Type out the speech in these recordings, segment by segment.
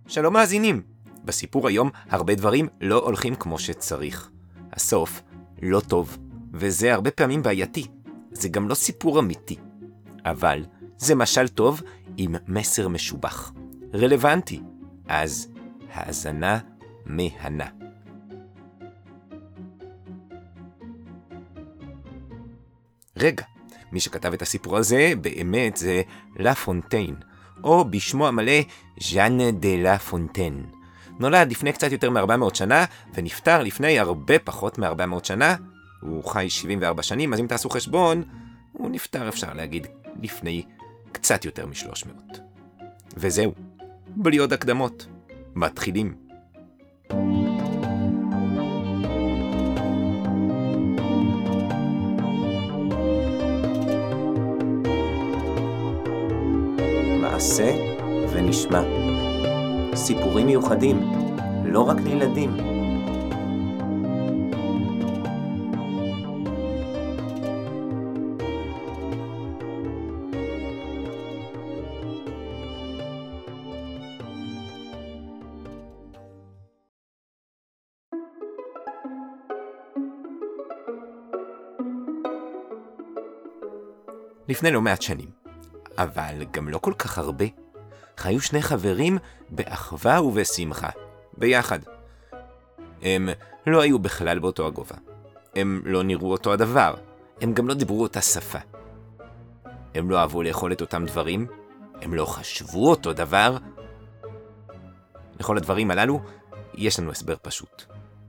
שלום מאזינים. בסיפור היום הרבה דברים לא הולכים כמו שצריך. הסוף לא טוב, וזה הרבה פעמים בעייתי. זה גם לא סיפור אמיתי. אבל זה משל טוב עם מסר משובח. רלוונטי. אז האזנה מהנה. רגע, מי שכתב את הסיפור הזה באמת זה לה פונטיין, או בשמו המלא ז'אן דה לה פונטיין. נולד לפני קצת יותר מ-400 שנה, ונפטר לפני הרבה פחות מ-400 שנה. הוא חי 74 שנים, אז אם תעשו חשבון, הוא נפטר, אפשר להגיד, לפני קצת יותר מ-300. וזהו, בלי עוד הקדמות. מתחילים. מעשה ונשמע. סיפורים מיוחדים, לא רק לילדים. לפני לא מעט שנים, אבל גם לא כל כך הרבה, חיו שני חברים באחווה ובשמחה, ביחד. הם לא היו בכלל באותו הגובה. הם לא נראו אותו הדבר. הם גם לא דיברו אותה שפה. הם לא אהבו לאכול את אותם דברים. הם לא חשבו אותו דבר. לכל הדברים הללו יש לנו הסבר פשוט.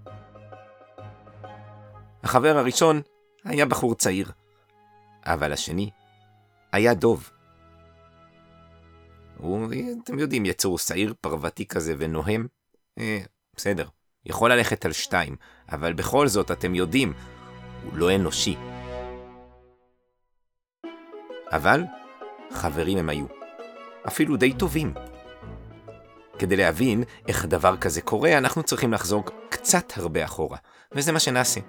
החבר הראשון היה בחור צעיר, אבל השני היה דוב. אתם יודעים, יצור שעיר פרותי כזה ונוהם. בסדר, יכול ללכת על 2, אבל בכל זאת אתם יודעים, הוא לא אנושי. אבל חברים הם היו, אפילו די טובים. כדי להבין איך דבר כזה קורה, אנחנו צריכים לחזור קצת הרבה אחורה, וזה מה שנעשה.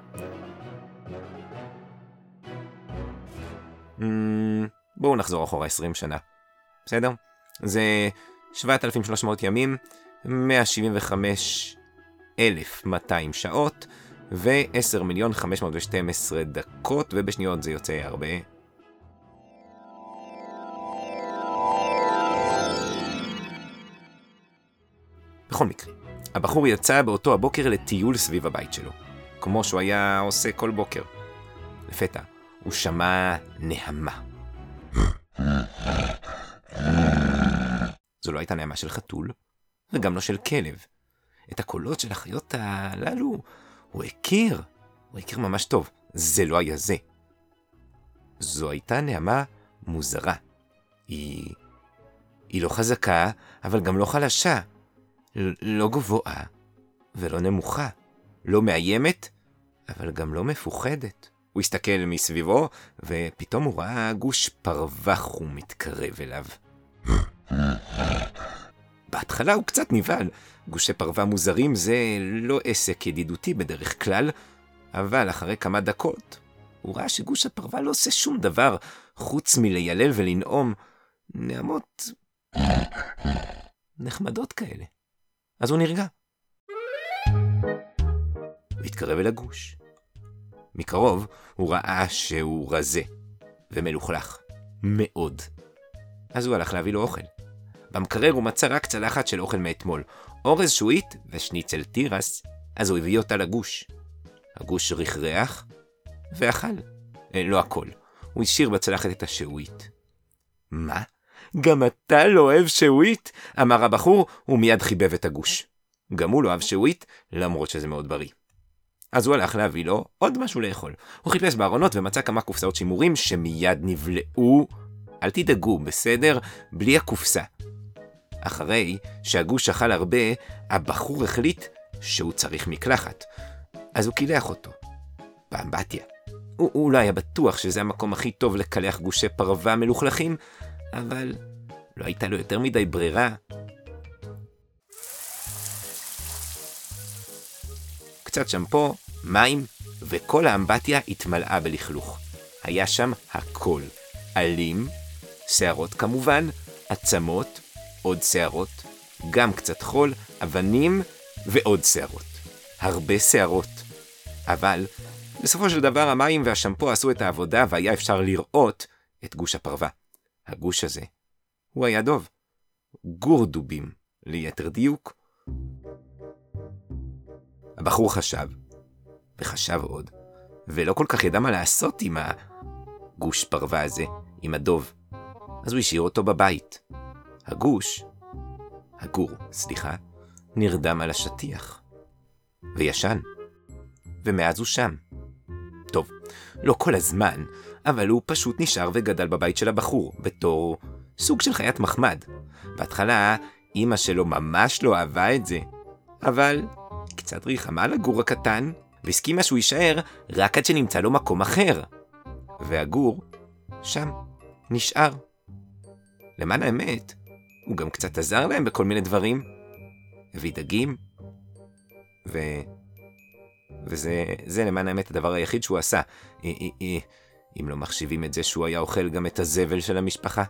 בואו נחזור אחורה 20 שנה. בסדר? זה 7,300 ימים, 175,200 שעות, ו10,512 דקות, ובשניות זה יוצא הרבה. בכל מקרה, הבחור יצא באותו הבוקר לטיול סביב הבית שלו, כמו שהוא היה עושה כל בוקר. לפתע, הוא שמע נהמה. זו לא הייתה נעמה של חתול, וגם לא של כלב. את הקולות של החיות הללו הוא הכיר ממש טוב. זה לא היה זה. זו הייתה נעמה מוזרה. היא לא חזקה, אבל גם לא חלשה. לא גבוהה, ולא נמוכה. לא מאיימת, אבל גם לא מפוחדת. הוא הסתכל מסביבו, ופתאום הוא ראה גוש פרווח ומתקרב אליו. בהתחלה הוא קצת נבהל. גושי פרווה מוזרים זה לא עסק ידידותי בדרך כלל, אבל אחרי כמה דקות הוא ראה שגוש הפרווה לא עושה שום דבר חוץ מליילל ולנאום נעמות נחמדות כאלה. אז הוא נרגע. הוא התקרב אל הגוש. מקרוב הוא ראה שהוא רזה ומלוכלך מאוד. אז הוא הלך להביא לו אוכל. במקרר הוא מצא רק צלחת של אוכל מאתמול, אורז שועית ושניצל תירס, אז הוא הביא אותה לגוש. הגוש ריחרח ואכל. לא הכל. הוא השאיר בצלחת את השעועית. מה? גם אתה לא אוהב שעועית? אמר הבחור, ומיד חיבב את הגוש. גם הוא לא אוהב שעועית, למרות שזה מאוד בריא. אז הוא הלך להביא לו עוד משהו לאכול. הוא חיפש בארונות ומצא כמה קופסאות שימורים שמיד נבלעו. אל תדאגו, בסדר? בלי הקופסה. אחרי שהגוש אכל הרבה, הבחור החליט שהוא צריך מקלחת. אז הוא קילח אותו. באמבטיה. הוא לא היה בטוח שזה המקום הכי טוב לקלח גושי פרווה מלוכלכים, אבל לא הייתה לו יותר מדי ברירה. קצת שמפו, מים, וכל האמבטיה התמלאה בלכלוך. היה שם הכל. עלים, שערות כמובן, עצמות, עוד שערות, גם קצת חול, אבנים ועוד שערות. הרבה שערות. אבל בסופו של דבר המים והשמפו עשו את העבודה והיה אפשר לראות את גוש הפרווה. הגוש הזה הוא היה דוב. גור דובים, ליתר דיוק. הבחור חשב, וחשב עוד, ולא כל כך ידע מה לעשות עם הגוש פרווה הזה, עם הדוב. אז הוא השאיר אותו בבית. הגור, נרדם על השטיח. וישן. ומאז הוא שם. טוב, לא כל הזמן, אבל הוא פשוט נשאר וגדל בבית של הבחור, בתור סוג של חיית מחמד. בהתחלה, אמא שלו ממש לא אהבה את זה, אבל קצת ריחמה לגור הקטן, והסכימה שהוא יישאר רק עד שנמצא לו מקום אחר. והגור שם נשאר. למען האמת, הוא גם קצת עזר להם בכל מיני דברים. הביא דגים, וזה למען האמת הדבר היחיד שהוא עשה. אם לא מחשיבים את זה שהוא היה אוכל גם את הזבל של המשפחה.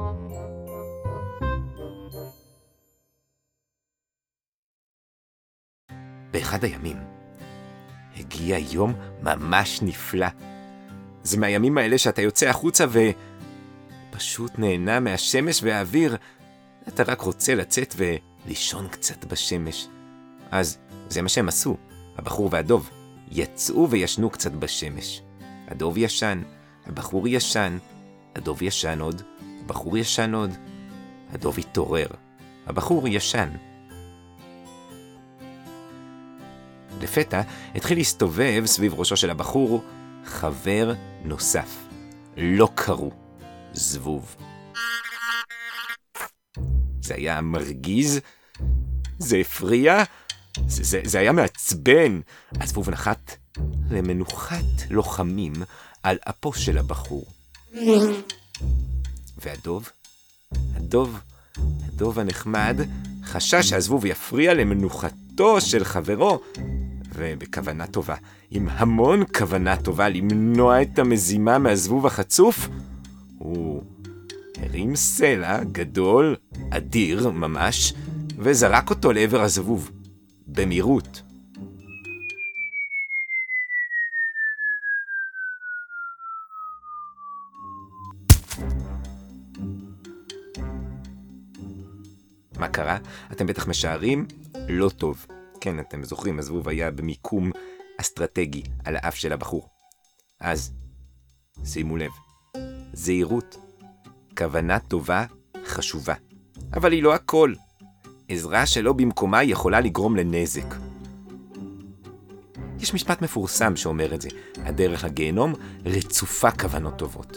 באחד הימים הגיע יום ממש נפלא. זה מהימים האלה שאתה יוצא החוצה ופשוט נהנה מהשמש והאוויר. אתה רק רוצה לצאת ולישון קצת בשמש. אז זה מה שהם עשו. הבחור והדוב יצאו וישנו קצת בשמש. הדוב ישן, הבחור ישן, הדוב ישן עוד, הבחור ישן עוד. הדוב התעורר, הבחור ישן. לפתע התחיל להסתובב סביב ראשו של הבחור חבר נוסף. לא קראו, זבוב. זה היה מרגיז, זה הפריע, זה היה מעצבן. הזבוב נחת למנוחת לוחמים על אפו של הבחור. והדוב הנחמד חשש שהזבוב יפריע למנוחתו של חברו, ובכוונה טובה, עם המון כוונה טובה למנוע את המזימה מהזבוב החצוף, הוא הרים סלע גדול, אדיר ממש, וזרק אותו לעבר הזבוב, במהירות. מה קרה? אתם בטח משערים? לא טוב. כן, אתם זוכרים, הזבוב היה במיקום אסטרטגי על האף של הבחור. אז, שימו לב, זהירות, כוונה טובה חשובה, אבל היא לא הכל. עזרה שלא במקומה יכולה לגרום לנזק. יש משפט מפורסם שאומר את זה, הדרך לגיהנום רצופה כוונות טובות.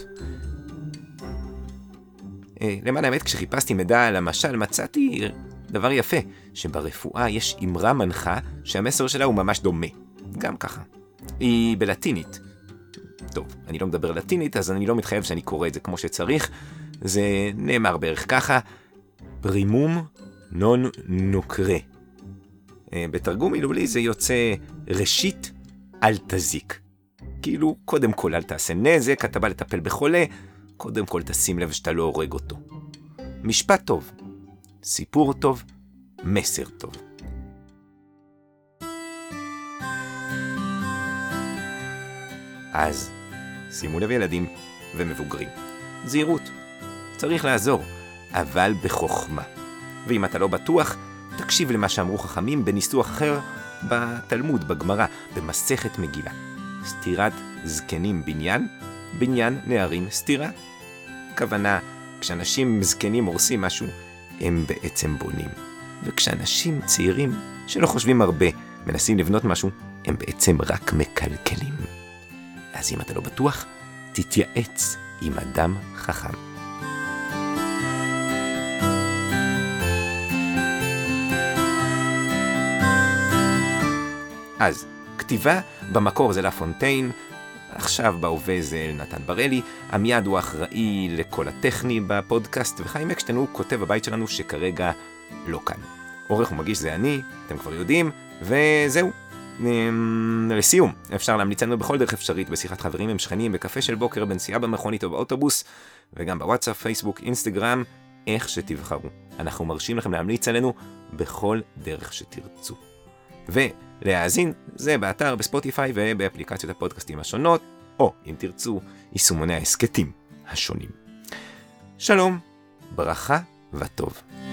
למען האמת, כשחיפשתי מידע על המשל, מצאתי דבר יפה, שברפואה יש אמרה מנחה שהמסר שלה הוא ממש דומה. גם ככה. היא בלטינית. טוב, אני לא מדבר לטינית, אז אני לא מתחייב שאני קורא את זה כמו שצריך. זה נאמר בערך ככה, פרימום נון נוקרה. בתרגום מילולי זה יוצא ראשית אל תזיק. כאילו, קודם כל אל תעשה נזק, אתה בא לטפל בחולה, קודם כל תשים לב שאתה לא הורג אותו. משפט טוב, סיפור טוב, מסר טוב. אז שימו לב ילדים ומבוגרים. זהירות, צריך לעזור, אבל בחוכמה. ואם אתה לא בטוח, תקשיב למה שאמרו חכמים בניסוח אחר בתלמוד, בגמרא, במסכת מגילה. סתירת זקנים בניין, בניין נערים סתירה. כוונה, כשאנשים זקנים הורסים משהו, הם בעצם בונים. וכשאנשים צעירים שלא חושבים הרבה מנסים לבנות משהו, הם בעצם רק מקלקלים. אז אם אתה לא בטוח, תתייעץ עם אדם חכם. אז, כתיבה במקור זה לפונטיין, עכשיו בהווה זה נתן ברלי, עמיעד הוא אחראי לכל הטכני בפודקאסט, וחיים אקשטיין הוא כותב הבית שלנו שכרגע לא כאן. עורך ומגיש זה אני, אתם כבר יודעים, וזהו. לסיום, אפשר להמליץ לנו בכל דרך אפשרית, בשיחת חברים עם שכנים, בקפה של בוקר, בנסיעה במכונית או באוטובוס, וגם בוואטסאפ, פייסבוק, אינסטגרם, איך שתבחרו. אנחנו מרשים לכם להמליץ עלינו בכל דרך שתרצו. ולהאזין זה באתר, בספוטיפיי ובאפליקציות הפודקאסטים השונות, או אם תרצו, יישומוני העסקטים השונים. שלום, ברכה וטוב.